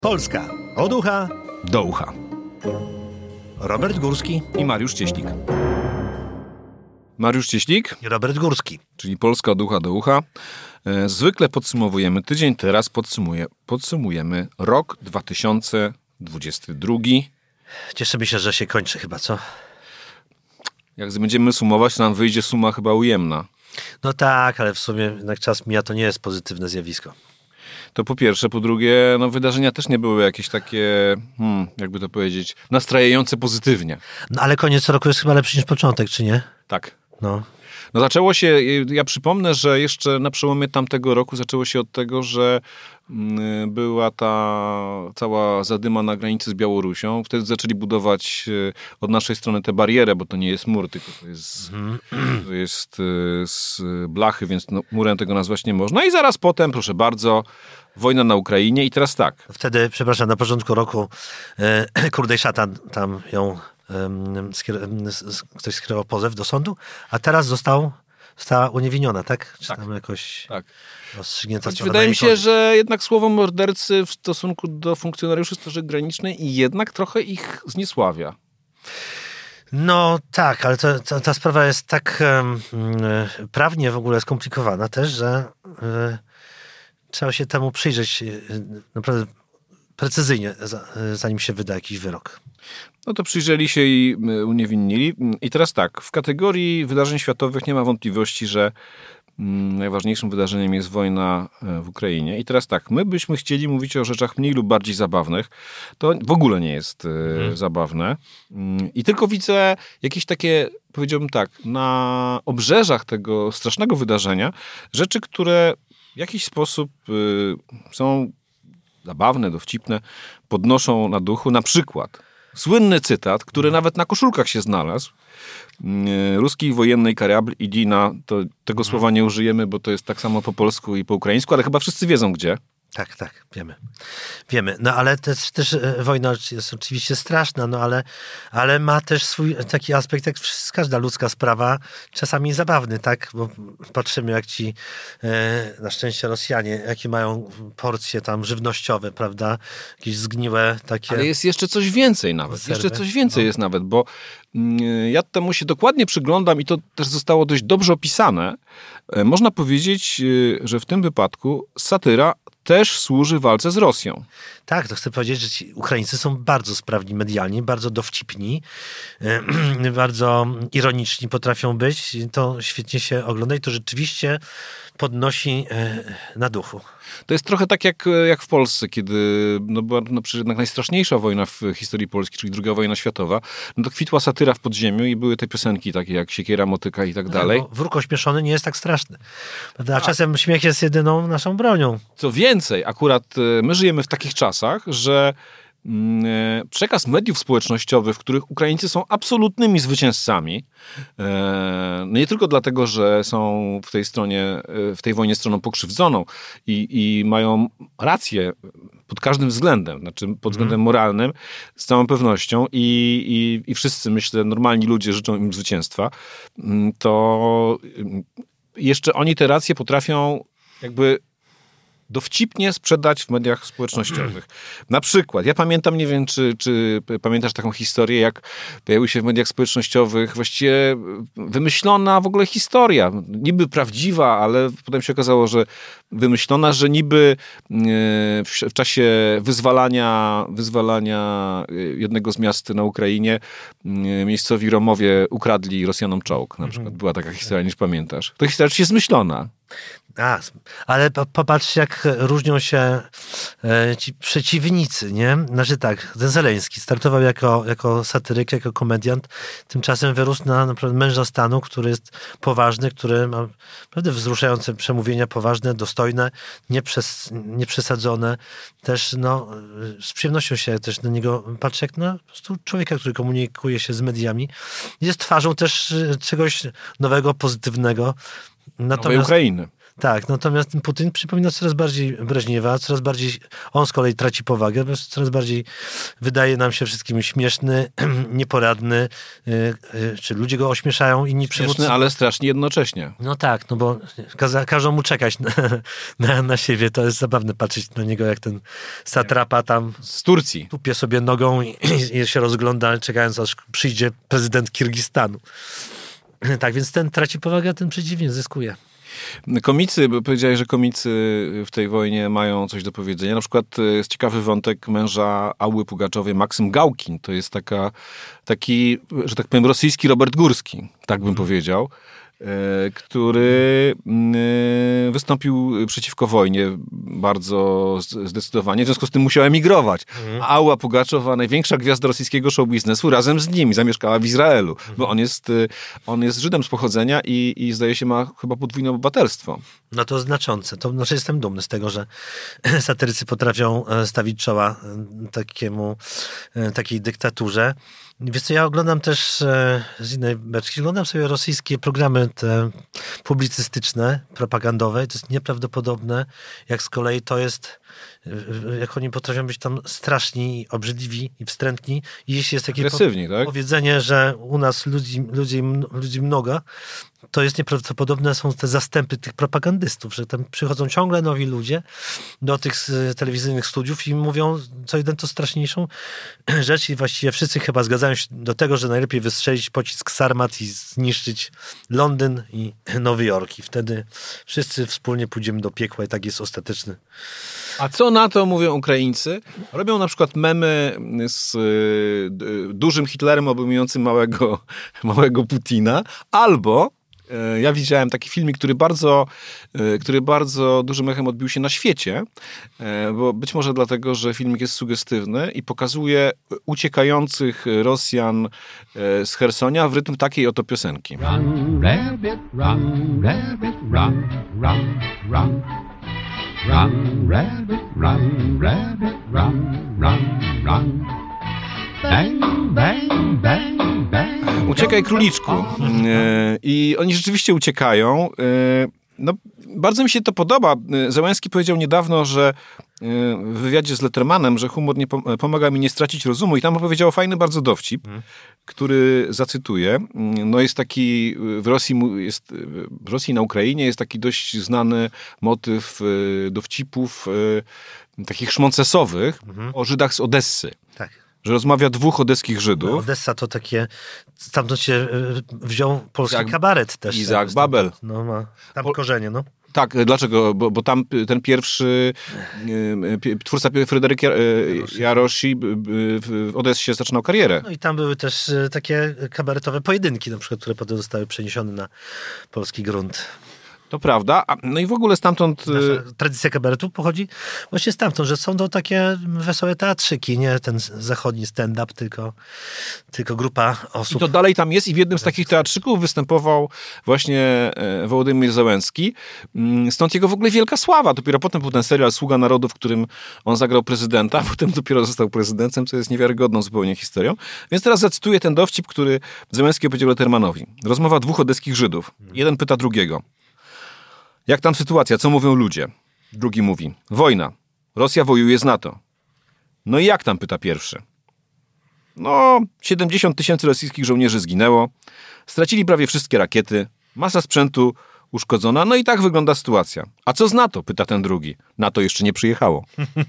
Polska od ucha do ucha. Robert Górski I Mariusz Cieślik. Mariusz Cieślik i Robert Górski. Czyli Polska od ucha do ucha. Zwykle podsumowujemy tydzień, teraz podsumujemy rok 2022. Cieszymy się, że się kończy chyba, co? Jak będziemy sumować, nam wyjdzie suma chyba ujemna. No tak, ale w sumie jednak czas mija, to nie jest pozytywne zjawisko. To po pierwsze. Po drugie, wydarzenia też nie były jakieś takie, jakby to powiedzieć, nastrajające pozytywnie. No ale koniec roku jest chyba lepszy niż początek, czy nie? Tak. No zaczęło się, ja przypomnę, że jeszcze na przełomie tamtego roku zaczęło się od tego, że była ta cała zadyma na granicy z Białorusią. Wtedy zaczęli budować od naszej strony tę barierę, bo to nie jest mur, tylko to jest z blachy, więc murem tego nazwać nie można. I zaraz potem, proszę bardzo, wojna na Ukrainie i teraz tak. Wtedy, przepraszam, na początku roku Kurdej Szatan tam ją ktoś skierował pozew do sądu, a teraz została uniewinniona, tak? Czy tam jakoś rozstrzygnięta strona? Wydaje mi się, że jednak słowo mordercy w stosunku do funkcjonariuszy Straży Granicznej i jednak trochę ich zniesławia. No tak, ale ta sprawa jest tak prawnie w ogóle skomplikowana też, że trzeba się temu przyjrzeć naprawdę precyzyjnie, zanim się wyda jakiś wyrok. No to przyjrzeli się i uniewinnili. I teraz tak, w kategorii wydarzeń światowych nie ma wątpliwości, że najważniejszym wydarzeniem jest wojna w Ukrainie. I teraz tak, my byśmy chcieli mówić o rzeczach mniej lub bardziej zabawnych. To w ogóle nie jest zabawne. I tylko widzę jakieś takie, powiedziałbym tak, na obrzeżach tego strasznego wydarzenia rzeczy, które w jakiś sposób są zabawne, dowcipne, podnoszą na duchu. Na przykład słynny cytat, który nawet na koszulkach się znalazł. Ruski wojenny kорабль idzie na... Tego słowa nie użyjemy, bo to jest tak samo po polsku i po ukraińsku, ale chyba wszyscy wiedzą gdzie. Tak, wiemy. No ale też wojna jest oczywiście straszna, no ale ma też swój taki aspekt, jak każda ludzka sprawa, czasami zabawny, tak? Bo patrzymy, jak ci na szczęście Rosjanie, jakie mają porcje tam żywnościowe, prawda? Jakieś zgniłe takie... Ale jest jeszcze coś więcej nawet. Konserwy. Jeszcze coś więcej jest nawet, bo ja temu się dokładnie przyglądam i to też zostało dość dobrze opisane. Można powiedzieć, że w tym wypadku satyra też służy walce z Rosją. Tak, to chcę powiedzieć, że ci Ukraińcy są bardzo sprawni medialnie, bardzo dowcipni, bardzo ironiczni potrafią być. To świetnie się ogląda i to rzeczywiście podnosi na duchu. To jest trochę tak jak w Polsce, kiedy była przecież jednak najstraszniejsza wojna w historii Polski, czyli II wojna światowa, to kwitła satyra w podziemiu i były te piosenki takie jak Siekiera, Motyka i tak dalej. Wróg ośmieszony nie jest tak straszny. A czasem śmiech jest jedyną naszą bronią. Co więcej, akurat my żyjemy w takich czasach, że przekaz mediów społecznościowych, w których Ukraińcy są absolutnymi zwycięzcami, nie tylko dlatego, że są w tej wojnie stroną pokrzywdzoną i mają rację pod każdym względem, znaczy pod względem moralnym, z całą pewnością i wszyscy, myślę, normalni ludzie życzą im zwycięstwa, to jeszcze oni te racje potrafią jakby dowcipnie sprzedać w mediach społecznościowych. Na przykład, ja pamiętam, nie wiem, czy pamiętasz taką historię, jak pojawił się w mediach społecznościowych właściwie wymyślona w ogóle historia. Niby prawdziwa, ale potem się okazało, że wymyślona, że niby w czasie wyzwalania jednego z miast na Ukrainie miejscowi Romowie ukradli Rosjanom czołg. Na przykład była taka historia, niż pamiętasz. To historia oczywiście jest zmyślona. Ale popatrz, jak różnią się ci przeciwnicy, nie? Znaczy tak, ten Zeleński startował jako satyryk, jako komediant, tymczasem wyrósł na naprawdę męża stanu, który jest poważny, który ma naprawdę wzruszające przemówienia, poważne, dostojne, nieprzesadzone. Też z przyjemnością się też na niego patrzy, jak na po prostu człowieka, który komunikuje się z mediami. Jest twarzą też czegoś nowego, pozytywnego. Nowej Ukrainy. Tak, natomiast Putin przypomina coraz bardziej Breżniewa, coraz bardziej, on z kolei traci powagę, coraz bardziej wydaje nam się wszystkim śmieszny, nieporadny, czy ludzie go ośmieszają, inni przywódcy. Śmieszny, ale strasznie jednocześnie. No tak, no bo każą mu czekać na siebie, to jest zabawne patrzeć na niego, jak ten satrapa tam z Turcji tupie sobie nogą i się rozgląda, czekając aż przyjdzie prezydent Kirgistanu. Tak, więc ten traci powagę, a ten przeciwnie zyskuje. Komicy, bo powiedziałeś, że komicy w tej wojnie mają coś do powiedzenia. Na przykład jest ciekawy wątek męża Alły Pugaczowej, Maksym Gałkin. To jest taki, że tak powiem, rosyjski Robert Górski, tak bym powiedział, który wystąpił przeciwko wojnie bardzo zdecydowanie, w związku z tym musiał emigrować. A Alla Pugaczowa, największa gwiazda rosyjskiego show biznesu, razem z nim zamieszkała w Izraelu, bo on jest Żydem z pochodzenia i zdaje się ma chyba podwójne obywatelstwo. No to znaczące. To znaczy jestem dumny z tego, że satyrycy potrafią stawić czoła takiej dyktaturze. Wiesz co, ja oglądam też z innej beczki, oglądam sobie rosyjskie programy te publicystyczne, propagandowe. To jest nieprawdopodobne, jak z kolei to jest, jak oni potrafią być tam straszni, obrzydliwi i wstrętni. I jeśli jest takie powiedzenie, że u nas ludzi mnoga, to jest nieprawdopodobne, są te zastępy tych propagandystów, że tam przychodzą ciągle nowi ludzie do tych telewizyjnych studiów i mówią co jeden to straszniejszą rzecz i właściwie wszyscy chyba zgadzają się do tego, że najlepiej wystrzelić pocisk Sarmat i zniszczyć Londyn i Nowy Jork i wtedy wszyscy wspólnie pójdziemy do piekła i tak jest ostateczny. A co na to mówią Ukraińcy? Robią na przykład memy z dużym Hitlerem obejmującym małego Putina, albo ja widziałem taki filmik, który bardzo dużym echem odbił się na świecie, bo być może dlatego, że filmik jest sugestywny i pokazuje uciekających Rosjan z Chersonia w rytm takiej oto piosenki. Run, rabbit, run, rabbit, run, run, run. Run, rabbit, run, rabbit, run, run, run. Bang, bang, bang, bang. Uciekaj, króliczku. I oni rzeczywiście uciekają. No, bardzo mi się to podoba. Zełenski powiedział niedawno, że w wywiadzie z Lettermanem, że humor nie pomaga mi nie stracić rozumu i tam opowiedział fajny bardzo dowcip, który zacytuję. No jest taki, w Rosji na Ukrainie jest taki dość znany motyw dowcipów takich szmoncesowych o Żydach z Odessy. Tak. Że rozmawia dwóch odeskich Żydów. No, Odessa to takie, stamtąd się wziął polski kabaret też. Izaak Babel. No, ma tam korzenie, no. Tak, dlaczego? Bo tam ten pierwszy twórca Fryderyk Jarosi w Odessie zaczynał karierę. No i tam były też takie kabaretowe pojedynki, na przykład, które potem zostały przeniesione na polski grunt. To prawda. No i w ogóle stamtąd... Nasza tradycja kabaretu pochodzi właśnie stamtąd, że są to takie wesołe teatrzyki, nie ten zachodni stand-up, tylko grupa osób. I to dalej tam jest i w jednym z takich teatrzyków występował właśnie Wołodymyr Zełenski. Stąd jego w ogóle wielka sława. Dopiero potem był ten serial Sługa Narodu, w którym on zagrał prezydenta, a potem dopiero został prezydentem, co jest niewiarygodną zupełnie historią. Więc teraz zacytuję ten dowcip, który Zełenski opowiedział Lettermanowi. Rozmowa dwóch odeskich Żydów. Jeden pyta drugiego. Jak tam sytuacja? Co mówią ludzie? Drugi mówi. Wojna. Rosja wojuje z NATO. No i jak tam? Pyta pierwszy. No, 70 000 rosyjskich żołnierzy zginęło. Stracili prawie wszystkie rakiety. Masa sprzętu uszkodzona. No i tak wygląda sytuacja. A co z NATO? Pyta ten drugi. NATO jeszcze nie przyjechało.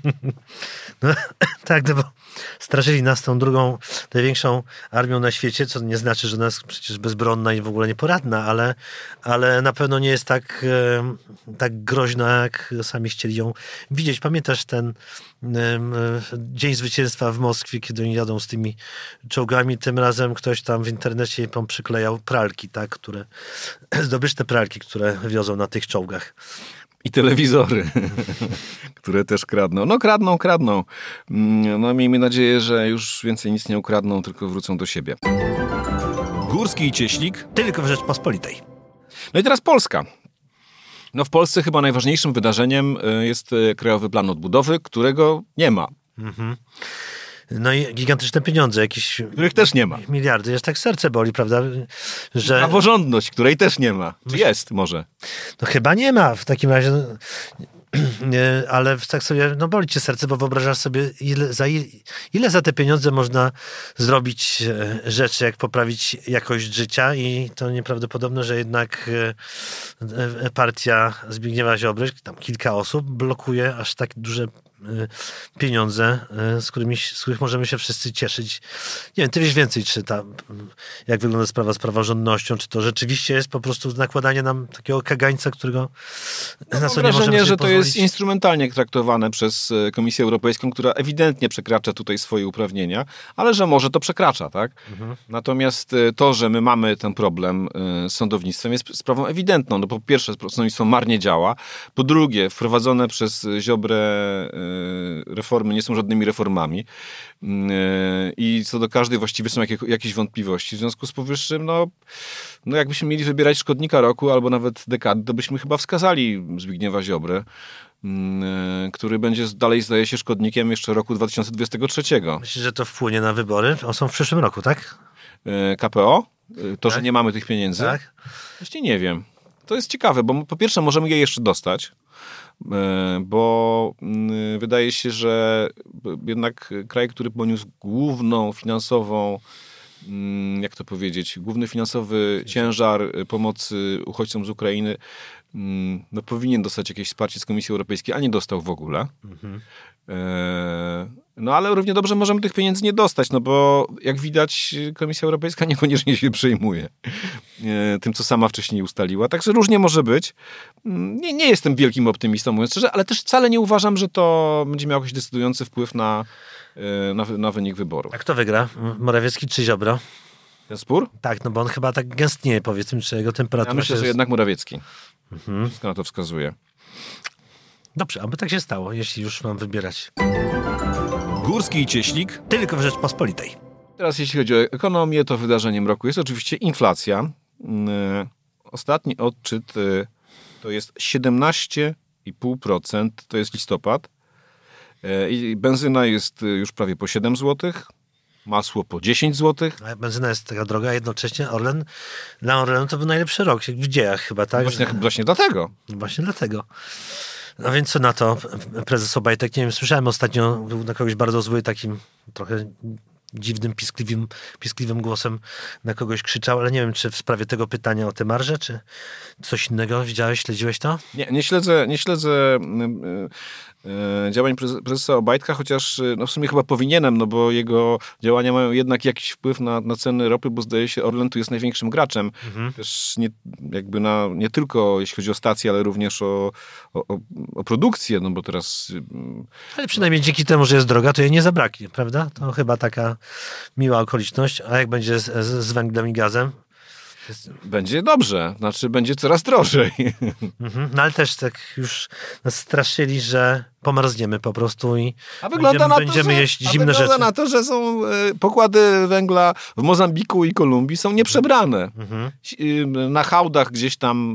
No, tak, no bo straszyli nas tą drugą, największą armią na świecie, co nie znaczy, że nas przecież bezbronna i w ogóle nieporadna, ale na pewno nie jest tak groźna, jak sami chcieli ją widzieć. Pamiętasz ten Dzień Zwycięstwa w Moskwie, kiedy oni jadą z tymi czołgami, tym razem ktoś tam w internecie przyklejał pralki, tak, zdobyczne pralki, które wiozą na tych czołgach. I telewizory, które też kradną. No kradną. No miejmy nadzieję, że już więcej nic nie ukradną, tylko wrócą do siebie. Górski i Cieślik. Tylko w Rzeczpospolitej. No i teraz Polska. No w Polsce chyba najważniejszym wydarzeniem jest Krajowy Plan Odbudowy, którego nie ma. No i gigantyczne pieniądze, jakieś... Których też nie ma. Miliardy. Jest tak serce boli, prawda? Że... Praworządność, której też nie ma. Czy jest może? No chyba nie ma w takim razie... Ale tak sobie, boli cię serce, bo wyobrażasz sobie, ile za te pieniądze można zrobić rzeczy, jak poprawić jakość życia i to nieprawdopodobne, że jednak partia Zbigniewa Ziobry, tam kilka osób, blokuje aż tak duże pieniądze, z których możemy się wszyscy cieszyć. Nie wiem, ty wiesz więcej, jak wygląda sprawa z praworządnością, czy to rzeczywiście jest po prostu nakładanie nam takiego kagańca, którego na co nie możemy sobie że to pozwolić. jest instrumentalnie traktowane przez Komisję Europejską, która ewidentnie przekracza tutaj swoje uprawnienia, ale że może to przekracza, tak? Natomiast to, że my mamy ten problem z sądownictwem jest sprawą ewidentną. No po pierwsze, sądownictwo marnie działa, po drugie, wprowadzone przez Ziobrę reformy nie są żadnymi reformami i co do każdej właściwie są jakieś wątpliwości. W związku z powyższym, no jakbyśmy mieli wybierać szkodnika roku albo nawet dekady, to byśmy chyba wskazali Zbigniewa Ziobrę, który będzie dalej, zdaje się, szkodnikiem jeszcze roku 2023. Myślisz, że to wpłynie na wybory? One są w przyszłym roku, tak? KPO? To, tak? Że nie mamy tych pieniędzy? Tak. Właśnie nie wiem. To jest ciekawe, bo po pierwsze możemy je jeszcze dostać, bo wydaje się, że jednak kraj, który poniósł główną finansową, jak to powiedzieć, główny finansowy ciężar pomocy uchodźcom z Ukrainy, powinien dostać jakieś wsparcie z Komisji Europejskiej, a nie dostał w ogóle. No ale równie dobrze możemy tych pieniędzy nie dostać, no bo jak widać Komisja Europejska niekoniecznie się przejmuje tym, co sama wcześniej ustaliła. Także różnie może być. Nie jestem wielkim optymistą, mówiąc szczerze, ale też wcale nie uważam, że to będzie miało jakiś decydujący wpływ na wynik wyborów. A kto wygra? Morawiecki czy Ziobro? Ten spór? Tak, no bo on chyba tak gęstnieje, powiedzmy, czy jego temperatura... Ja myślę, że jest... jednak Morawiecki. Wszystko na to wskazuje. Dobrze, aby tak się stało, jeśli już mam wybierać. Górski i Cieślik. Tylko w Rzeczpospolitej. Teraz jeśli chodzi o ekonomię, to wydarzeniem roku jest oczywiście inflacja. Ostatni odczyt to jest 17,5%, to jest listopad. I benzyna jest już prawie po 7 zł, masło po 10 zł. A benzyna jest taka droga, a jednocześnie dla Orlenu to był najlepszy rok w dziejach chyba, tak? Właśnie dlatego. Właśnie dlatego. No więc co na to prezes Obajtek? Nie wiem, słyszałem ostatnio, był na kogoś bardzo zły, takim trochę dziwnym, piskliwym głosem na kogoś krzyczał, ale nie wiem, czy w sprawie tego pytania o te marże, czy coś innego widziałeś, śledziłeś to? Nie śledzę działań prezesa Obajtka, chociaż w sumie chyba powinienem, no bo jego działania mają jednak jakiś wpływ na ceny ropy, bo zdaje się Orlen tu jest największym graczem. Też nie tylko jeśli chodzi o stację, ale również o produkcję, no bo teraz... Ale przynajmniej dzięki temu, że jest droga, to jej nie zabraknie, prawda? To chyba taka miła okoliczność. A jak będzie z węglem i gazem? Będzie dobrze, znaczy będzie coraz drożej. No ale też tak już nas straszyli, że pomarzniemy po prostu i będziemy jeść zimne rzeczy. Wygląda na to, że są pokłady węgla w Mozambiku i Kolumbii są nieprzebrane. Na hałdach gdzieś tam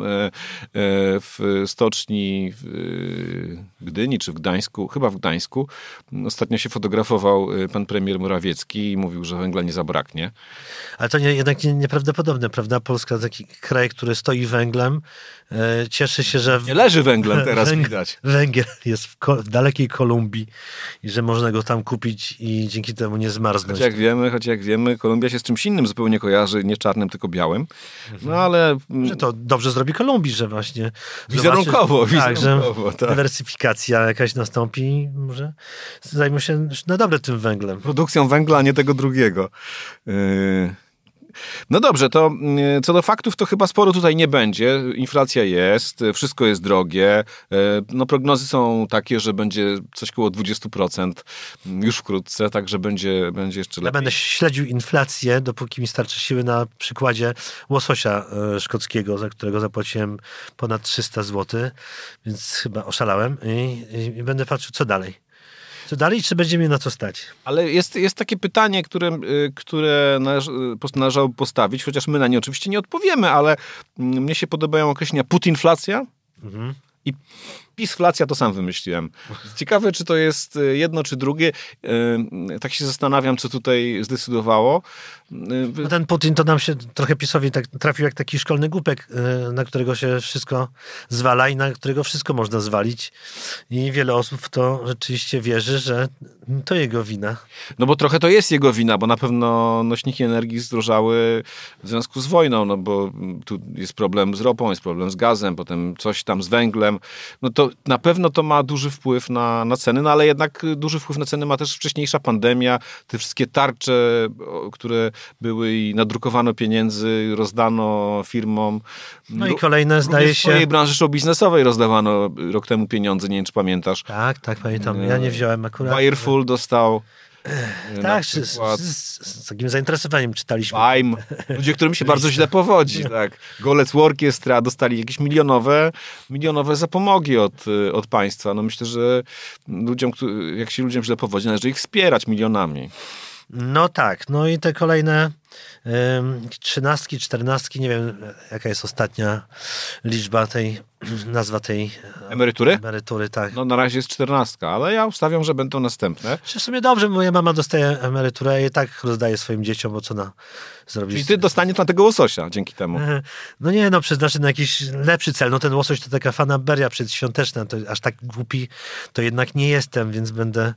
w stoczni w Gdyni czy w Gdańsku, chyba w Gdańsku, ostatnio się fotografował pan premier Morawiecki i mówił, że węgla nie zabraknie. Ale to jednak nieprawdopodobne, prawda? Polska, taki kraj, który stoi węglem, cieszy się, że... Nie leży węglem teraz, widać. Węgiel jest w dalekiej Kolumbii i że można go tam kupić i dzięki temu nie zmarznąć. Choć jak wiemy, Kolumbia się z czymś innym zupełnie kojarzy, nie czarnym, tylko białym. No ale... Że to dobrze zrobi Kolumbii, że właśnie... Wizerunkowo, że dywersyfikacja jakaś nastąpi, może zajmą się na dobre tym węglem. Produkcją węgla, a nie tego drugiego. No dobrze, to co do faktów, to chyba sporo tutaj nie będzie. Inflacja jest, wszystko jest drogie. No prognozy są takie, że będzie coś koło 20% już wkrótce, także będzie jeszcze lepiej. Ja będę śledził inflację, dopóki mi starczy siły, na przykładzie łososia szkockiego, za którego zapłaciłem ponad 300 zł, więc chyba oszalałem i będę patrzył, co dalej. Co dalej, czy będzie mi na co stać? Ale jest takie pytanie, które należało postawić, chociaż my na nie oczywiście nie odpowiemy, ale mnie się podobają określenia putinflacja i Pisflacja to sam wymyśliłem. Ciekawe, czy to jest jedno, czy drugie. Tak się zastanawiam, co tutaj zdecydowało. No ten Putin to nam się trochę PiS-owi tak trafił jak taki szkolny głupek, na którego się wszystko zwala i na którego wszystko można zwalić. I wiele osób w to rzeczywiście wierzy, że to jego wina. No bo trochę to jest jego wina, bo na pewno nośniki energii zdrożały w związku z wojną, no bo tu jest problem z ropą, jest problem z gazem, potem coś tam z węglem. No to na pewno to ma duży wpływ na ceny, no ale jednak duży wpływ na ceny ma też wcześniejsza pandemia, te wszystkie tarcze, które były i nadrukowano pieniędzy, rozdano firmom. No i kolejne, zdaje się... W swojej branży show biznesowej rozdawano rok temu pieniądze, nie wiem, czy pamiętasz. Tak, pamiętam. Ja nie wziąłem akurat. Wireful dostał... Tak, z takim zainteresowaniem czytaliśmy. Fime. Ludzie, którym się bardzo źle powodzi. Tak. Golec Orkiestra dostali jakieś milionowe zapomogi od państwa. No myślę, że jak się ludziom źle powodzi, należy ich wspierać milionami. No tak, no i te kolejne 13, 14, nie wiem jaka jest ostatnia liczba nazwa tej emerytury, tak. No na razie jest 14, ale ja ustawiam, że będą następne. W sumie dobrze, bo moja mama dostaje emeryturę i tak rozdaje swoim dzieciom, bo co ona zrobi. Czyli ty dostaniesz na tego łososia dzięki temu. No nie, przeznaczy na jakiś lepszy cel. No ten łosoś to taka fanaberia przedświąteczna, to aż tak głupi to jednak nie jestem, więc będę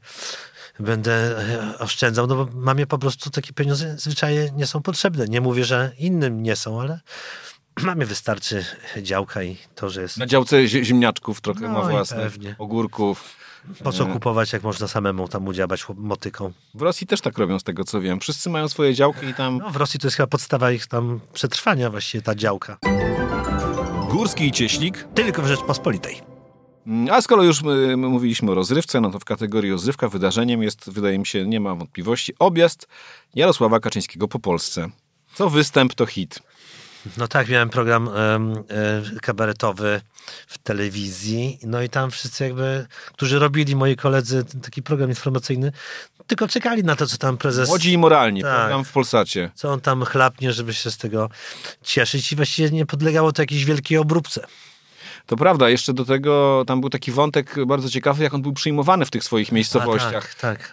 oszczędzał, no bo mamie po prostu takie pieniądze zwyczajnie nie są potrzebne. Nie mówię, że innym nie są, ale mamie wystarczy działka i to, że jest... Na działce ziemniaczków trochę ma własnych, ogórków. Po co kupować, jak można samemu tam udziałać motyką? W Rosji też tak robią, z tego co wiem. Wszyscy mają swoje działki i tam... No w Rosji to jest chyba podstawa ich tam przetrwania właściwie, ta działka. Górski i Cieślik. Tylko w Rzeczpospolitej. A skoro już mówiliśmy o rozrywce, no to w kategorii rozrywka wydarzeniem jest, wydaje mi się, nie ma wątpliwości, objazd Jarosława Kaczyńskiego po Polsce. Co występ, to hit. No tak, miałem program kabaretowy w telewizji, no i tam wszyscy jakby, którzy robili, moi koledzy, taki program informacyjny, tylko czekali na to, co tam prezes... Młodzi i moralni, tak, program w Polsacie. Co on tam chlapnie, żeby się z tego cieszyć i właściwie nie podlegało to jakiejś wielkiej obróbce. To prawda, jeszcze do tego tam był taki wątek bardzo ciekawy, jak on był przyjmowany w tych swoich miejscowościach. Tak.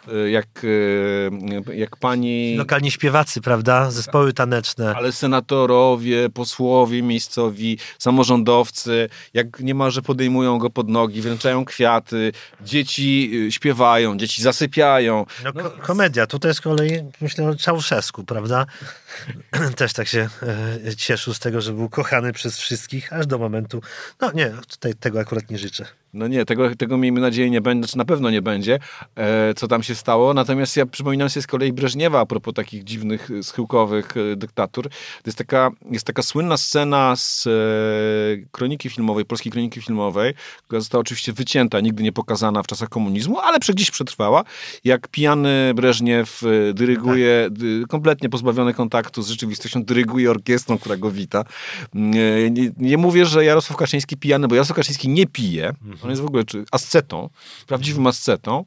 Jak pani... Lokalni śpiewacy, prawda? Zespoły taneczne. Ale senatorowie, posłowie miejscowi, samorządowcy, jak niemalże podejmują go pod nogi, wręczają kwiaty, dzieci śpiewają, dzieci zasypiają. Komedia. Tutaj z kolei, myślę o Czałszewsku, prawda? Też tak się cieszył z tego, że był kochany przez wszystkich, aż do momentu... No nie, tutaj tego akurat nie życzę. No nie, tego miejmy nadzieję nie będzie, czy na pewno nie będzie, co tam się stało. Natomiast ja przypominam sobie z kolei Breżniewa a propos takich dziwnych, schyłkowych dyktatur. To jest taka słynna scena z kroniki filmowej, polskiej kroniki filmowej, która została oczywiście wycięta, nigdy nie pokazana w czasach komunizmu, ale gdzieś przetrwała. Jak pijany Breżniew dyryguje, kompletnie pozbawiony kontaktu z rzeczywistością, dyryguje orkiestrą, która go wita. Nie mówię, że Jarosław Kaczyński pijany, bo Jarosław Kaczyński nie pije. On jest w ogóle ascetą, prawdziwym ascetą,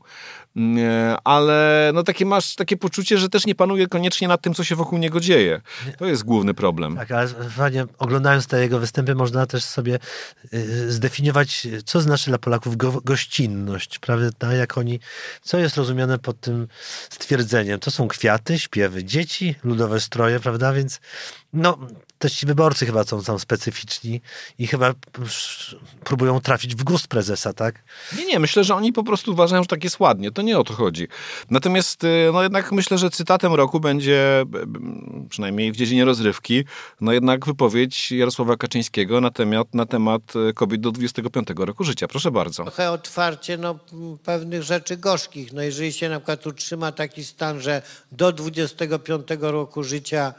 ale no masz takie poczucie, że też nie panuje koniecznie nad tym, co się wokół niego dzieje. To jest główny problem. Tak, ale fajnie, oglądając te jego występy, można też sobie zdefiniować, co znaczy dla Polaków gościnność, prawda? Co jest rozumiane pod tym stwierdzeniem. To są kwiaty, śpiewy dzieci, ludowe stroje, prawda? Więc też ci wyborcy chyba są tam specyficzni i chyba próbują trafić w gust prezesa, tak? Nie, myślę, że oni po prostu uważają, że tak jest ładnie. To nie o to chodzi. Natomiast jednak myślę, że cytatem roku będzie, przynajmniej w dziedzinie rozrywki, jednak wypowiedź Jarosława Kaczyńskiego na temat kobiet do 25 roku życia. Proszę bardzo. Trochę otwarcie pewnych rzeczy gorzkich. Jeżeli się na przykład utrzyma taki stan, że do 25 roku życia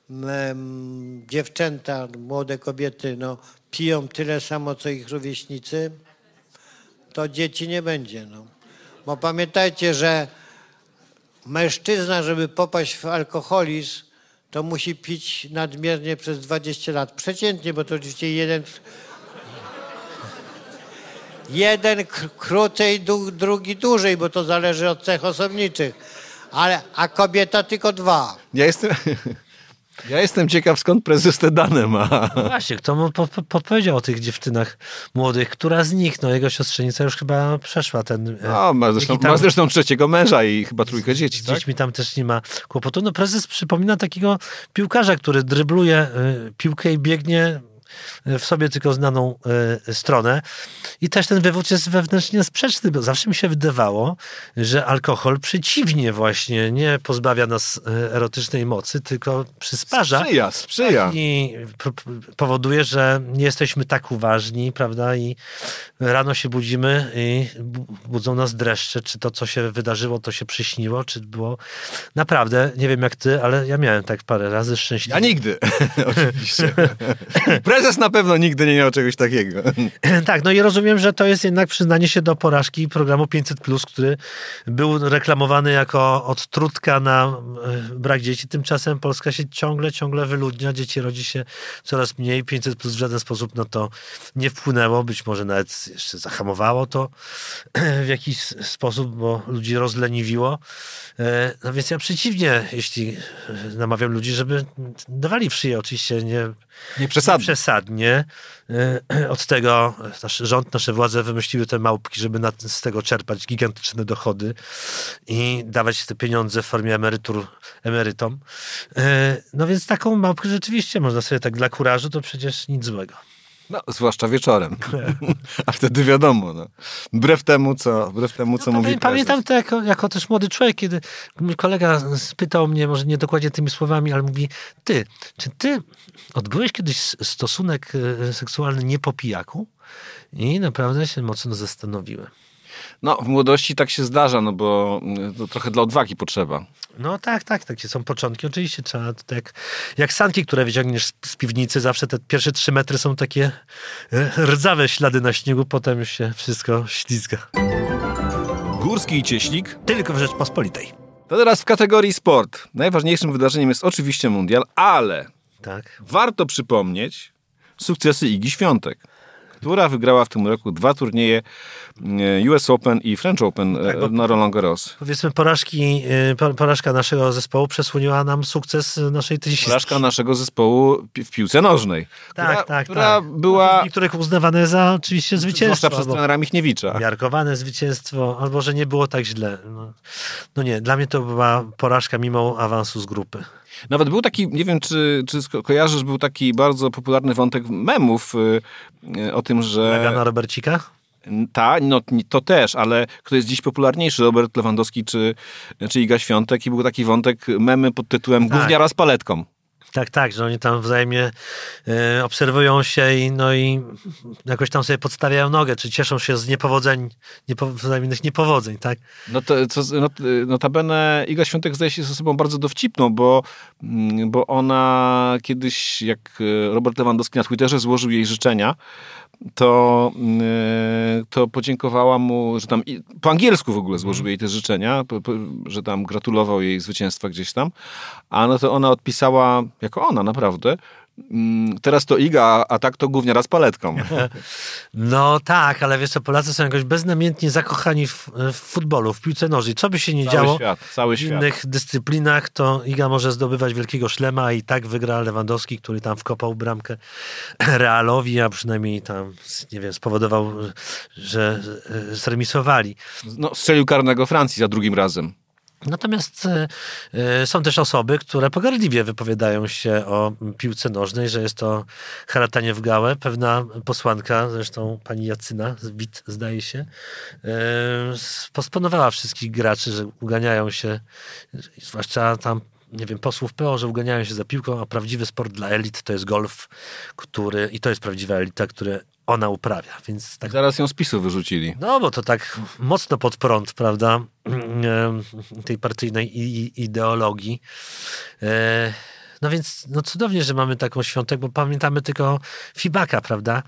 dziewczęta, młode kobiety piją tyle samo, co ich rówieśnicy, to dzieci nie będzie. Bo pamiętajcie, że mężczyzna, żeby popaść w alkoholizm, to musi pić nadmiernie przez 20 lat. Przeciętnie, bo to oczywiście jeden krócej, drugi dłużej, bo to zależy od cech osobniczych. A kobieta tylko 2. Ja jestem ciekaw, skąd prezes te dane ma. No właśnie, kto mu podpowiedział o tych dziewczynach młodych, która z nich, no jego siostrzenica już chyba przeszła ten... No, ma zresztą trzeciego męża i chyba trójkę dzieci, z tak? dziećmi tam też nie ma kłopotu. No prezes przypomina takiego piłkarza, który drybluje piłkę i biegnie w sobie tylko znaną stronę. I też ten wywód jest wewnętrznie sprzeczny, bo zawsze mi się wydawało, że alkohol przeciwnie właśnie nie pozbawia nas erotycznej mocy, tylko przysparza. Sprzyja. I powoduje, że nie jesteśmy tak uważni, prawda? I rano się budzimy i budzą nas dreszcze, czy to, co się wydarzyło, to się przyśniło, czy było naprawdę, nie wiem jak ty, ale ja miałem tak parę razy szczęśliwie. Ja nigdy, oczywiście. Prezes na pewno nigdy nie miał czegoś takiego. Tak, no i rozumiem, że to jest jednak przyznanie się do porażki programu 500+, który był reklamowany jako odtrutka na brak dzieci. Tymczasem Polska się ciągle wyludnia, dzieci rodzi się coraz mniej. 500+ w żaden sposób na to nie wpłynęło, być może nawet jeszcze zahamowało to w jakiś sposób, bo ludzi rozleniwiło. No więc ja przeciwnie, jeśli namawiam ludzi, żeby dawali w szyję, oczywiście nie przesadnie. Od tego nasz rząd, nasze władze wymyśliły te małpki, żeby z tego czerpać gigantyczne dochody i dawać te pieniądze w formie emerytom. No więc taką małpkę rzeczywiście można sobie tak dla kurażu, to przecież nic złego. No, zwłaszcza wieczorem. A wtedy wiadomo, no. Wbrew temu, co mówi prezes. Pamiętam to jako też młody człowiek, kiedy mój kolega spytał mnie, może nie dokładnie tymi słowami, ale mówi, czy ty odbyłeś kiedyś stosunek seksualny nie po pijaku? I naprawdę się mocno zastanowiłem. No, w młodości tak się zdarza, no bo to trochę dla odwagi potrzeba. No tak, takie są początki. Oczywiście trzeba, tak jak sanki, które wyciągniesz z piwnicy, zawsze te pierwsze 3 metry są takie rdzawe ślady na śniegu, potem już się wszystko ślizga. Górski i Cieślik. Tylko w Rzeczpospolitej. To teraz w kategorii sport. Najważniejszym wydarzeniem jest oczywiście mundial, ale tak. Warto przypomnieć sukcesy Igi Świątek, która wygrała w tym roku 2 turnieje US Open i French Open na Roland Garros. Powiedzmy, porażka naszego zespołu przesłoniła nam sukces naszej tenisistki. Porażka naszego zespołu w piłce nożnej. Która była... W niektórych uznawane za oczywiście zwycięstwo. Zwłaszcza przez trenera Michniewicza. Miarkowane zwycięstwo, albo że nie było tak źle. No nie, dla mnie to była porażka mimo awansu z grupy. Nawet był taki, nie wiem czy kojarzysz, był taki bardzo popularny wątek memów o tym, że... Nagana Robercika? To też, ale kto jest dziś popularniejszy, Robert Lewandowski czy Iga Świątek, i był taki wątek, memy pod tytułem Gówniara z paletką. Tak, że oni tam wzajemnie obserwują się i jakoś tam sobie podstawiają nogę, czy cieszą się z wzajemnych niepowodzeń, tak? Notabene Iga Świątek zdaje się ze sobą bardzo dowcipną, bo ona kiedyś, jak Robert Lewandowski na Twitterze złożył jej życzenia, to podziękowała mu, że tam po angielsku w ogóle złożył jej te życzenia, że tam gratulował jej zwycięstwa gdzieś tam, a no to ona odpisała, jako ona naprawdę, teraz to Iga, a tak to gówniara z paletką. No tak, ale wiesz co, Polacy są jakoś beznamiętnie zakochani w futbolu, w piłce nożnej. Co by się nie działo cały w innych dyscyplinach, to Iga może zdobywać wielkiego szlema, a i tak wygra Lewandowski, który tam wkopał bramkę Realowi, a przynajmniej tam, nie wiem, spowodował, że zremisowali. No, strzelił karnego Francji za drugim razem. Natomiast są też osoby, które pogardliwie wypowiadają się o piłce nożnej, że jest to haratanie w gałę. Pewna posłanka, zresztą pani Jacyna Wit, zdaje się, posponowała wszystkich graczy, że uganiają się, zwłaszcza tam, nie wiem, posłów PO, że uganiają się za piłką, a prawdziwy sport dla elit to jest golf, i to jest prawdziwa elita, który ona uprawia. Więc tak... Zaraz ją z PiS-u wyrzucili. No, bo to tak mocno pod prąd, prawda, tej partyjnej ideologii. No więc cudownie, że mamy taką Świątek, bo pamiętamy tylko Fibaka, prawda?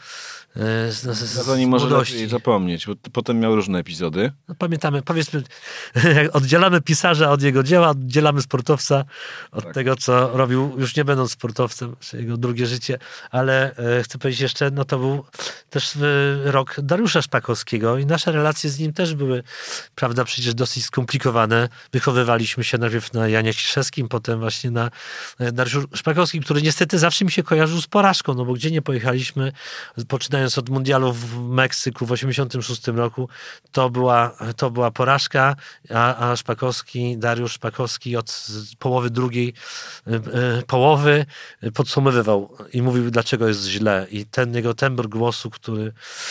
O nim może lepiej zapomnieć, bo potem miał różne epizody. No, pamiętamy, powiedzmy, jak oddzielamy pisarza od jego dzieła, oddzielamy sportowca od tego, co robił, już nie będąc sportowcem, jego drugie życie, ale chcę powiedzieć jeszcze, to był też rok Dariusza Szpakowskiego i nasze relacje z nim też były, prawda, przecież dosyć skomplikowane. Wychowywaliśmy się najpierw na Janie Ciszewskim, potem właśnie na Dariusz Szpakowski, który niestety zawsze mi się kojarzył z porażką, no bo gdzie nie pojechaliśmy, poczynając od mundialu w Meksyku w 1986 roku, to była porażka, a Dariusz Szpakowski od połowy drugiej połowy podsumowywał i mówił, dlaczego jest źle. I ten jego tembr głosu, który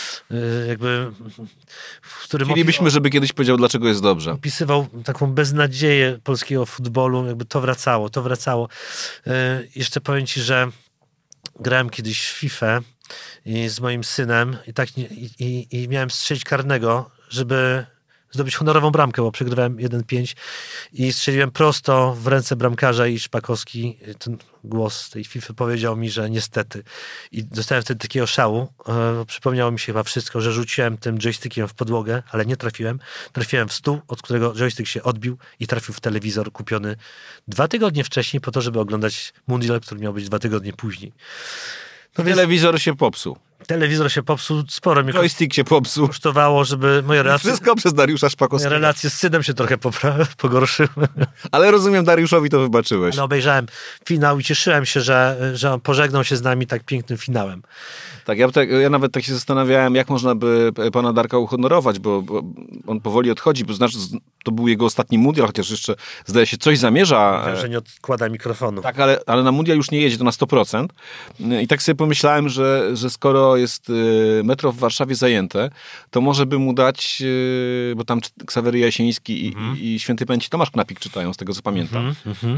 Chcielibyśmy, żeby kiedyś powiedział, dlaczego jest dobrze. Opisywał taką beznadzieję polskiego futbolu, jakby to wracało. Jeszcze powiem ci, że grałem kiedyś w FIFA z moim synem i miałem strzelić karnego, żeby zdobyć honorową bramkę, bo przegrywałem 1-5 i strzeliłem prosto w ręce bramkarza i Szpakowski, ten głos z tej FIFA powiedział mi, że niestety. I dostałem wtedy takiego szału. Przypomniało mi się chyba wszystko, że rzuciłem tym joystickiem w podłogę, ale nie trafiłem. Trafiłem w stół, od którego joystick się odbił i trafił w telewizor kupiony 2 tygodnie wcześniej po to, żeby oglądać mundial, który miał być 2 tygodnie później. No telewizor się popsuł. Telewizor się popsuł, sporo mi joystick się popsuł. Kosztowało, żeby moje relacje... Wszystko przez Dariusza Szpakowskiego. Moje relacje z synem się trochę pogorszyły. Ale rozumiem, Dariuszowi to wybaczyłeś. Ale obejrzałem finał i cieszyłem się, że on pożegnał się z nami tak pięknym finałem. Tak, ja nawet tak się zastanawiałem, jak można by pana Darka uhonorować, bo on powoli odchodzi, bo znaczy to był jego ostatni mundial, chociaż jeszcze zdaje się coś zamierza. Wiem, że nie odkłada mikrofonu. Tak, ale na mundial już nie jedzie, to na 100%. I tak sobie pomyślałem, że skoro jest metro w Warszawie zajęte, to może by mu dać, bo tam Ksawery Jasiński i świętej pamięci Tomasz Knapik czytają, z tego co pamiętam,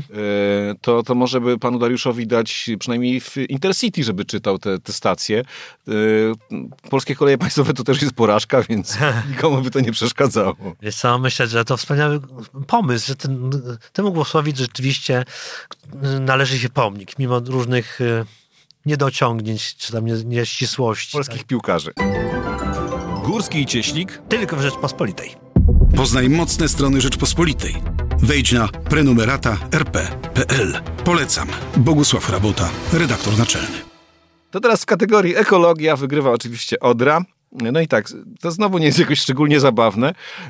to może by panu Dariuszowi dać przynajmniej w Intercity, żeby czytał te stacje. Polskie Koleje Państwowe to też jest porażka, więc nikomu by to nie przeszkadzało. Wiesz co, myślę, że to wspaniały pomysł, że temu głosowi rzeczywiście należy się pomnik, mimo różnych niedociągnięć, czy tam nieścisłości. Polskich piłkarzy. Górski i Cieślik. Tylko w Rzeczpospolitej. Poznaj mocne strony Rzeczpospolitej. Wejdź na prenumerata.rp.pl. Polecam. Bogusław Rabota, redaktor naczelny. To teraz w kategorii ekologia wygrywa oczywiście Odra. No i tak, to znowu nie jest jakoś szczególnie zabawne,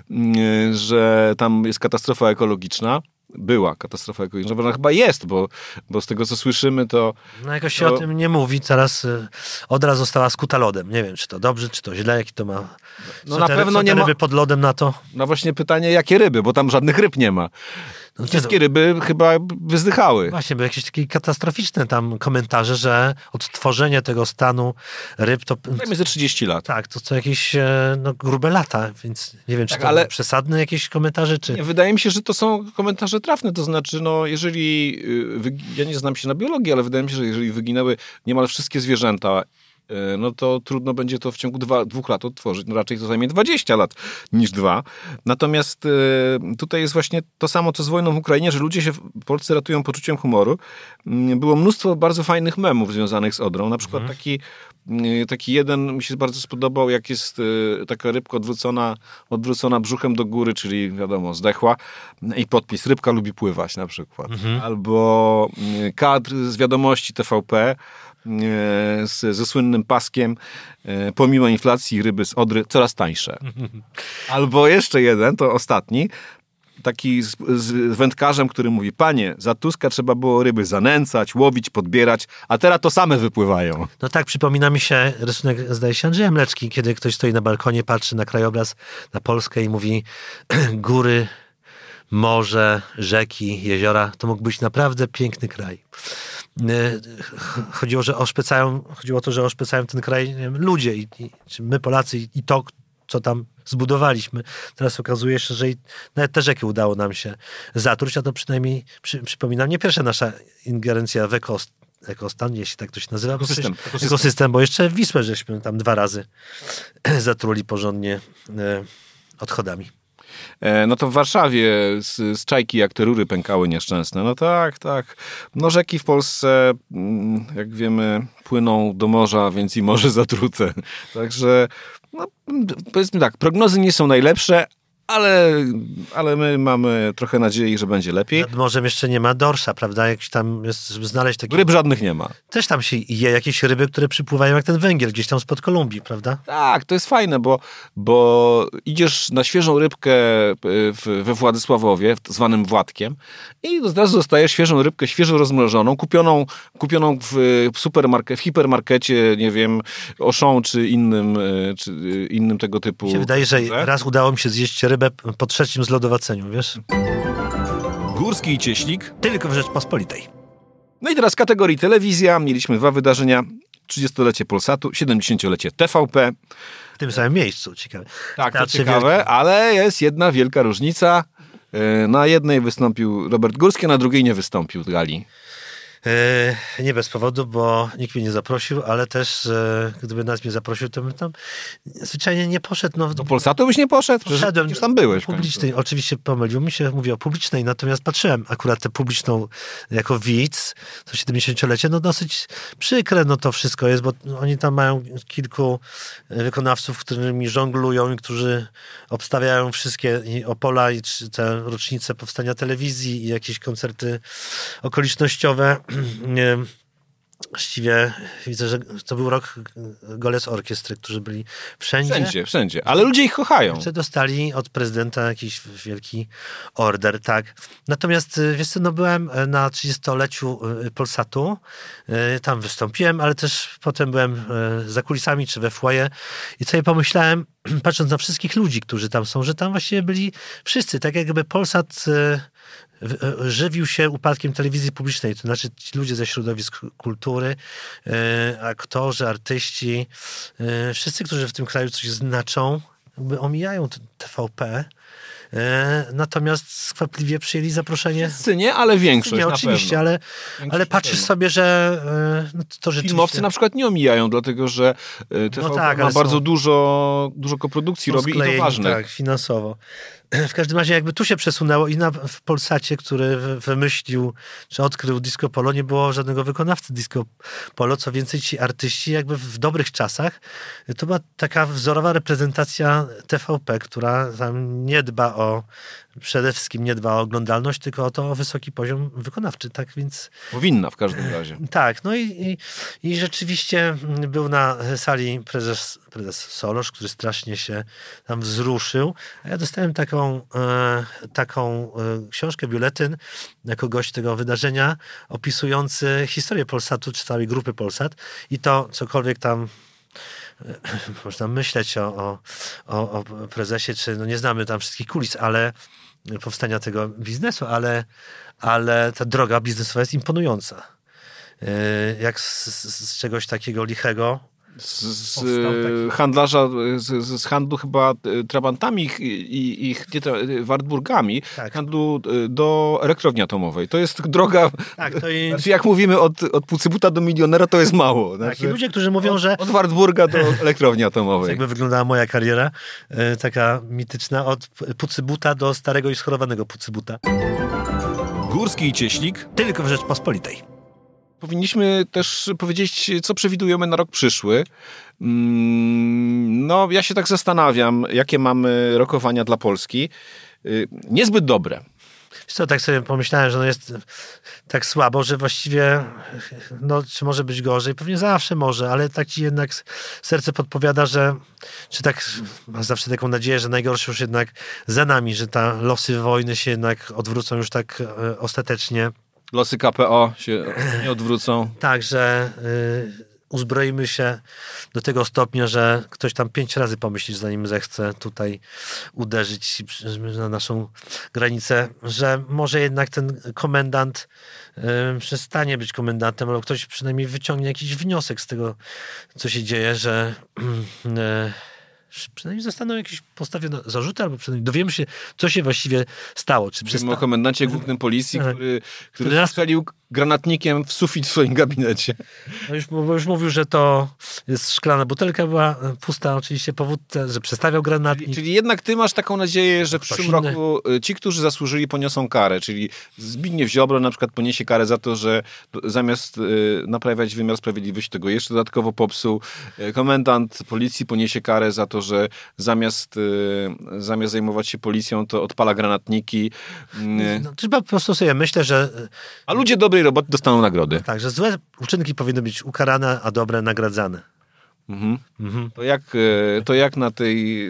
że tam jest katastrofa ekologiczna. Była katastrofa ekologiczna, bo ona chyba jest, bo z tego co słyszymy to... No jakoś się o tym nie mówi. Teraz Odra została skuta lodem. Nie wiem, czy to dobrze, czy to źle, jaki to ma... No na pewno nie ma... ryby pod lodem na to? No właśnie pytanie, jakie ryby, bo tam żadnych ryb nie ma. No wszystkie ryby chyba wyzdychały. Właśnie, były jakieś takie katastroficzne tam komentarze, że odtworzenie tego stanu ryb to... Dajmy ze 30 lat. Tak, to co jakieś grube lata, więc nie wiem, czy tak, to ale... przesadne jakieś komentarze, czy... Nie, wydaje mi się, że to są komentarze trafne, to znaczy, no jeżeli... Ja nie znam się na biologii, ale wydaje mi się, że jeżeli wyginęły niemal wszystkie zwierzęta, no to trudno będzie to w ciągu 2 lat odtworzyć. No raczej to zajmie 20 lat niż 2. Natomiast tutaj jest właśnie to samo, co z wojną w Ukrainie, że ludzie się w Polsce ratują poczuciem humoru. Było mnóstwo bardzo fajnych memów związanych z Odrą. Na przykład taki jeden mi się bardzo spodobał, jak jest taka rybka odwrócona brzuchem do góry, czyli wiadomo, zdechła i podpis, rybka lubi pływać na przykład. Albo kadr z wiadomości TVP, ze słynnym paskiem, pomimo inflacji ryby z Odry coraz tańsze. Albo jeszcze jeden, to ostatni, taki z wędkarzem, który mówi: panie, za Tuska trzeba było ryby zanęcać, łowić, podbierać, a teraz to same wypływają. No tak, przypomina mi się rysunek, zdaje się, Andrzeja Mleczki, kiedy ktoś stoi na balkonie, patrzy na krajobraz, na Polskę i mówi: góry, morze, rzeki, jeziora, to mógł być naprawdę piękny kraj. Chodziło o to, że oszpecają ten kraj, nie wiem, ludzie, czy my Polacy i to, co tam zbudowaliśmy. Teraz okazuje się, że nawet te rzeki udało nam się zatruć, a to przynajmniej przypomina mnie pierwsza nasza ingerencja w ekostan, jeśli tak to się nazywa. Ekosystem, bo jeszcze Wisłę żeśmy tam 2 razy zatruli porządnie odchodami. No to w Warszawie z Czajki jak te rury pękały nieszczęsne. No tak. No rzeki w Polsce, jak wiemy, płyną do morza, więc i morze zatrute. Także, no, powiedzmy tak, prognozy nie są najlepsze, ale my mamy trochę nadziei, że będzie lepiej. Nad morzem jeszcze nie ma dorsza, prawda? Jak tam jest, żeby znaleźć takie... Ryb żadnych nie ma. Też tam się je jakieś ryby, które przypływają jak ten węgiel gdzieś tam spod Kolumbii, prawda? Tak, to jest fajne, bo idziesz na świeżą rybkę we Władysławowie, zwanym Władkiem, i od razu dostajesz świeżą rybkę, świeżo rozmrożoną, kupioną w hipermarkecie, nie wiem, Auchan czy innym tego typu. Mi się wydaje, że raz udało mi się zjeść rybę po 3. zlodowaceniu, wiesz? Górski i Cieślik. Tylko w Rzeczpospolitej. No i teraz w kategorii telewizja mieliśmy 2 wydarzenia. 30-lecie Polsatu, 70-lecie TVP. W tym samym miejscu, ciekawe. Tak, to ciekawe, ale jest jedna wielka różnica. Na jednej wystąpił Robert Górski, a na drugiej nie wystąpił w gali. Nie bez powodu, bo nikt mnie nie zaprosił, ale też gdyby nas mnie zaprosił, to bym tam zwyczajnie nie poszedł. No, Do Polsatu byś nie poszedł? Poszedłem. Przecież tam byłeś. Publicznej, oczywiście pomylił mi się, mówię o publicznej, natomiast patrzyłem akurat tę publiczną jako widz, to 70-lecie, no dosyć przykre no to wszystko jest, bo oni tam mają kilku wykonawców, którymi żonglują i którzy obstawiają wszystkie i Opola i te rocznice powstania telewizji i jakieś koncerty okolicznościowe. Właściwie widzę, że to był rok Golec Orkiestry, którzy byli Wszędzie. Ale ludzie ich kochają. Jeszcze dostali od prezydenta jakiś wielki order, tak. Natomiast, wiesz co, no byłem na 30-leciu Polsatu, tam wystąpiłem, ale też potem byłem za kulisami czy we foyer i sobie pomyślałem, patrząc na wszystkich ludzi, którzy tam są, że tam właściwie byli wszyscy, tak jakby Polsat żywił się upadkiem telewizji publicznej, to znaczy ci ludzie ze środowisk kultury, aktorzy, artyści, wszyscy, którzy w tym kraju coś znaczą, jakby omijają TVP, natomiast skwapliwie przyjęli zaproszenie. Wszyscy nie, ale większość nie, na oczywiście, pewno. ale patrzysz sobie, że no to rzeczywiście... Filmowcy na przykład nie omijają, dlatego że TVP ma bardzo dużo koprodukcji, robi i to ważne. Tak, finansowo. W każdym razie jakby tu się przesunęło i w Polsacie, który wymyślił, czy odkrył Disco Polo, nie było żadnego wykonawcy Disco Polo. Co więcej, ci artyści jakby w dobrych czasach, to była taka wzorowa reprezentacja TVP, która tam przede wszystkim nie dba o oglądalność, tylko o wysoki poziom wykonawczy, tak więc... Powinna w każdym razie. Tak, no i rzeczywiście był na sali prezes Solosz, który strasznie się tam wzruszył, a ja dostałem taką książkę, biuletyn, jako gość tego wydarzenia, opisujący historię Polsatu, czy całej grupy Polsat i to cokolwiek tam można myśleć o prezesie, czy no nie znamy tam wszystkich kulis, ale powstania tego biznesu, ale ta droga biznesowa jest imponująca. Jak z czegoś takiego lichego z handlarza, z handlu chyba trabantami i Wartburgami, tak. Handlu do elektrowni atomowej. To jest droga, tak, znaczy jak mówimy od Pucybuta do milionera, to jest mało. Znaczy, tak, i ludzie, którzy mówią, że... Od Wartburga do elektrowni atomowej. Jakby wyglądała moja kariera, taka mityczna, od Pucybuta do starego i schorowanego Pucybuta. Górski i Cieślik. Tylko w Rzeczpospolitej. Powinniśmy też powiedzieć, co przewidujemy na rok przyszły. No, ja się tak zastanawiam, jakie mamy rokowania dla Polski. Niezbyt dobre. Co, tak sobie pomyślałem, że jest tak słabo, że właściwie czy może być gorzej? Pewnie zawsze może, ale tak ci jednak serce podpowiada, czy tak masz zawsze taką nadzieję, że najgorsze już jednak za nami, że losy wojny się jednak odwrócą już tak ostatecznie. Losy KPO się nie odwrócą. Tak, że uzbroimy się do tego stopnia, że ktoś tam 5 razy pomyśli, zanim zechce tutaj uderzyć na naszą granicę, że może jednak ten komendant przestanie być komendantem, albo ktoś przynajmniej wyciągnie jakiś wniosek z tego, co się dzieje, że przynajmniej zostaną jakieś postawione zarzuty, albo przynajmniej dowiemy się, co się właściwie stało. Mówimy o komendancie głównym policji, który strzelił granatnikiem w sufit w swoim gabinecie. No już mówił, że to jest szklana butelka, była pusta oczywiście po wódce, że przestawiał granatnik. Czyli jednak ty masz taką nadzieję, że w Ktoś przyszłym inny. roku ci, którzy zasłużyli, poniosą karę. Czyli Zbigniew Ziobro na przykład poniesie karę za to, że zamiast naprawiać wymiar sprawiedliwości, tego jeszcze dodatkowo popsuł. Komendant policji poniesie karę za to, że zamiast zajmować się policją, to odpala granatniki. No, trzeba po prostu sobie myślę, że A ludzie dobrej roboty dostaną nagrody. tak, że złe uczynki powinny być ukarane, a dobre nagradzane. To jak na tej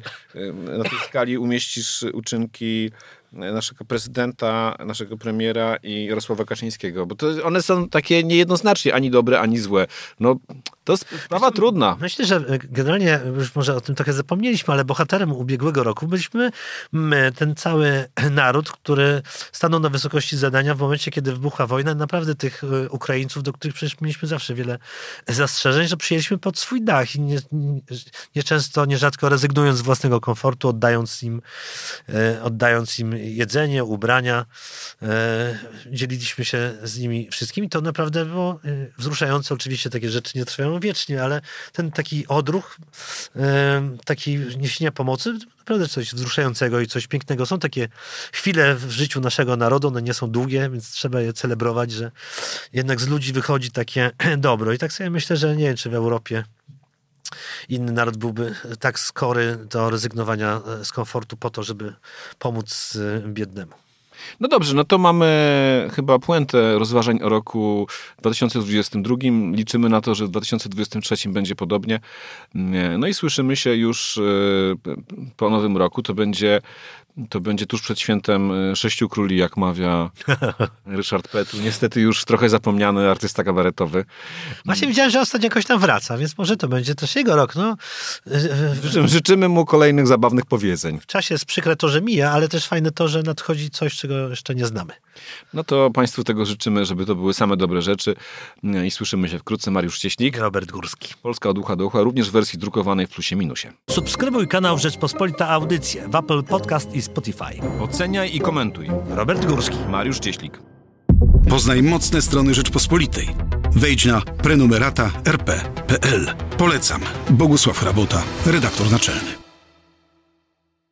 skali umieścisz uczynki naszego prezydenta, naszego premiera i Jarosława Kaczyńskiego? Bo to one są takie niejednoznacznie ani dobre, ani złe. No, to jest sprawa trudna. Myślę, że generalnie, już może o tym trochę zapomnieliśmy, ale bohaterem ubiegłego roku byliśmy my, ten cały naród, który stanął na wysokości zadania w momencie, kiedy wybuchła wojna. Naprawdę tych Ukraińców, do których przecież mieliśmy zawsze wiele zastrzeżeń, że przyjęliśmy pod swój dach i nieczęsto, nierzadko rezygnując z własnego komfortu, oddając im jedzenie, ubrania. Dzieliliśmy się z nimi wszystkimi. To naprawdę było wzruszające. Oczywiście takie rzeczy nie trwają wiecznie, ale ten taki odruch, taki niesienia pomocy, naprawdę coś wzruszającego i coś pięknego. Są takie chwile w życiu naszego narodu, one nie są długie, więc trzeba je celebrować, że jednak z ludzi wychodzi takie dobro. I tak sobie myślę, że nie wiem, czy w Europie inny naród byłby tak skory do rezygnowania z komfortu po to, żeby pomóc biednemu. No dobrze, no to mamy chyba puentę rozważań o roku 2022. Liczymy na to, że w 2023 będzie podobnie. No i słyszymy się już po nowym roku. To będzie tuż przed świętem Sześciu Króli, jak mawia Ryszard Petru. Niestety już trochę zapomniany artysta kabaretowy. Właśnie widziałem, że ostatnio jakoś tam wraca, więc może to będzie też jego rok. No. Życzymy mu kolejnych zabawnych powiedzeń. W czasie jest przykre to, że mija, ale też fajne to, że nadchodzi coś, czego jeszcze nie znamy. No to Państwu tego życzymy, żeby to były same dobre rzeczy. I słyszymy się wkrótce. Mariusz Cieślik. Robert Górski. Polska od ucha do ucha, również w wersji drukowanej w plusie minusie. Subskrybuj kanał Rzeczpospolita Audycje w Apple Podcast i Spotify. Oceniaj i komentuj. Robert Górski. Mariusz Cieślik. Poznaj mocne strony Rzeczpospolitej. Wejdź na prenumerata.rp.pl. Polecam. Bogusław Rabota, redaktor naczelny.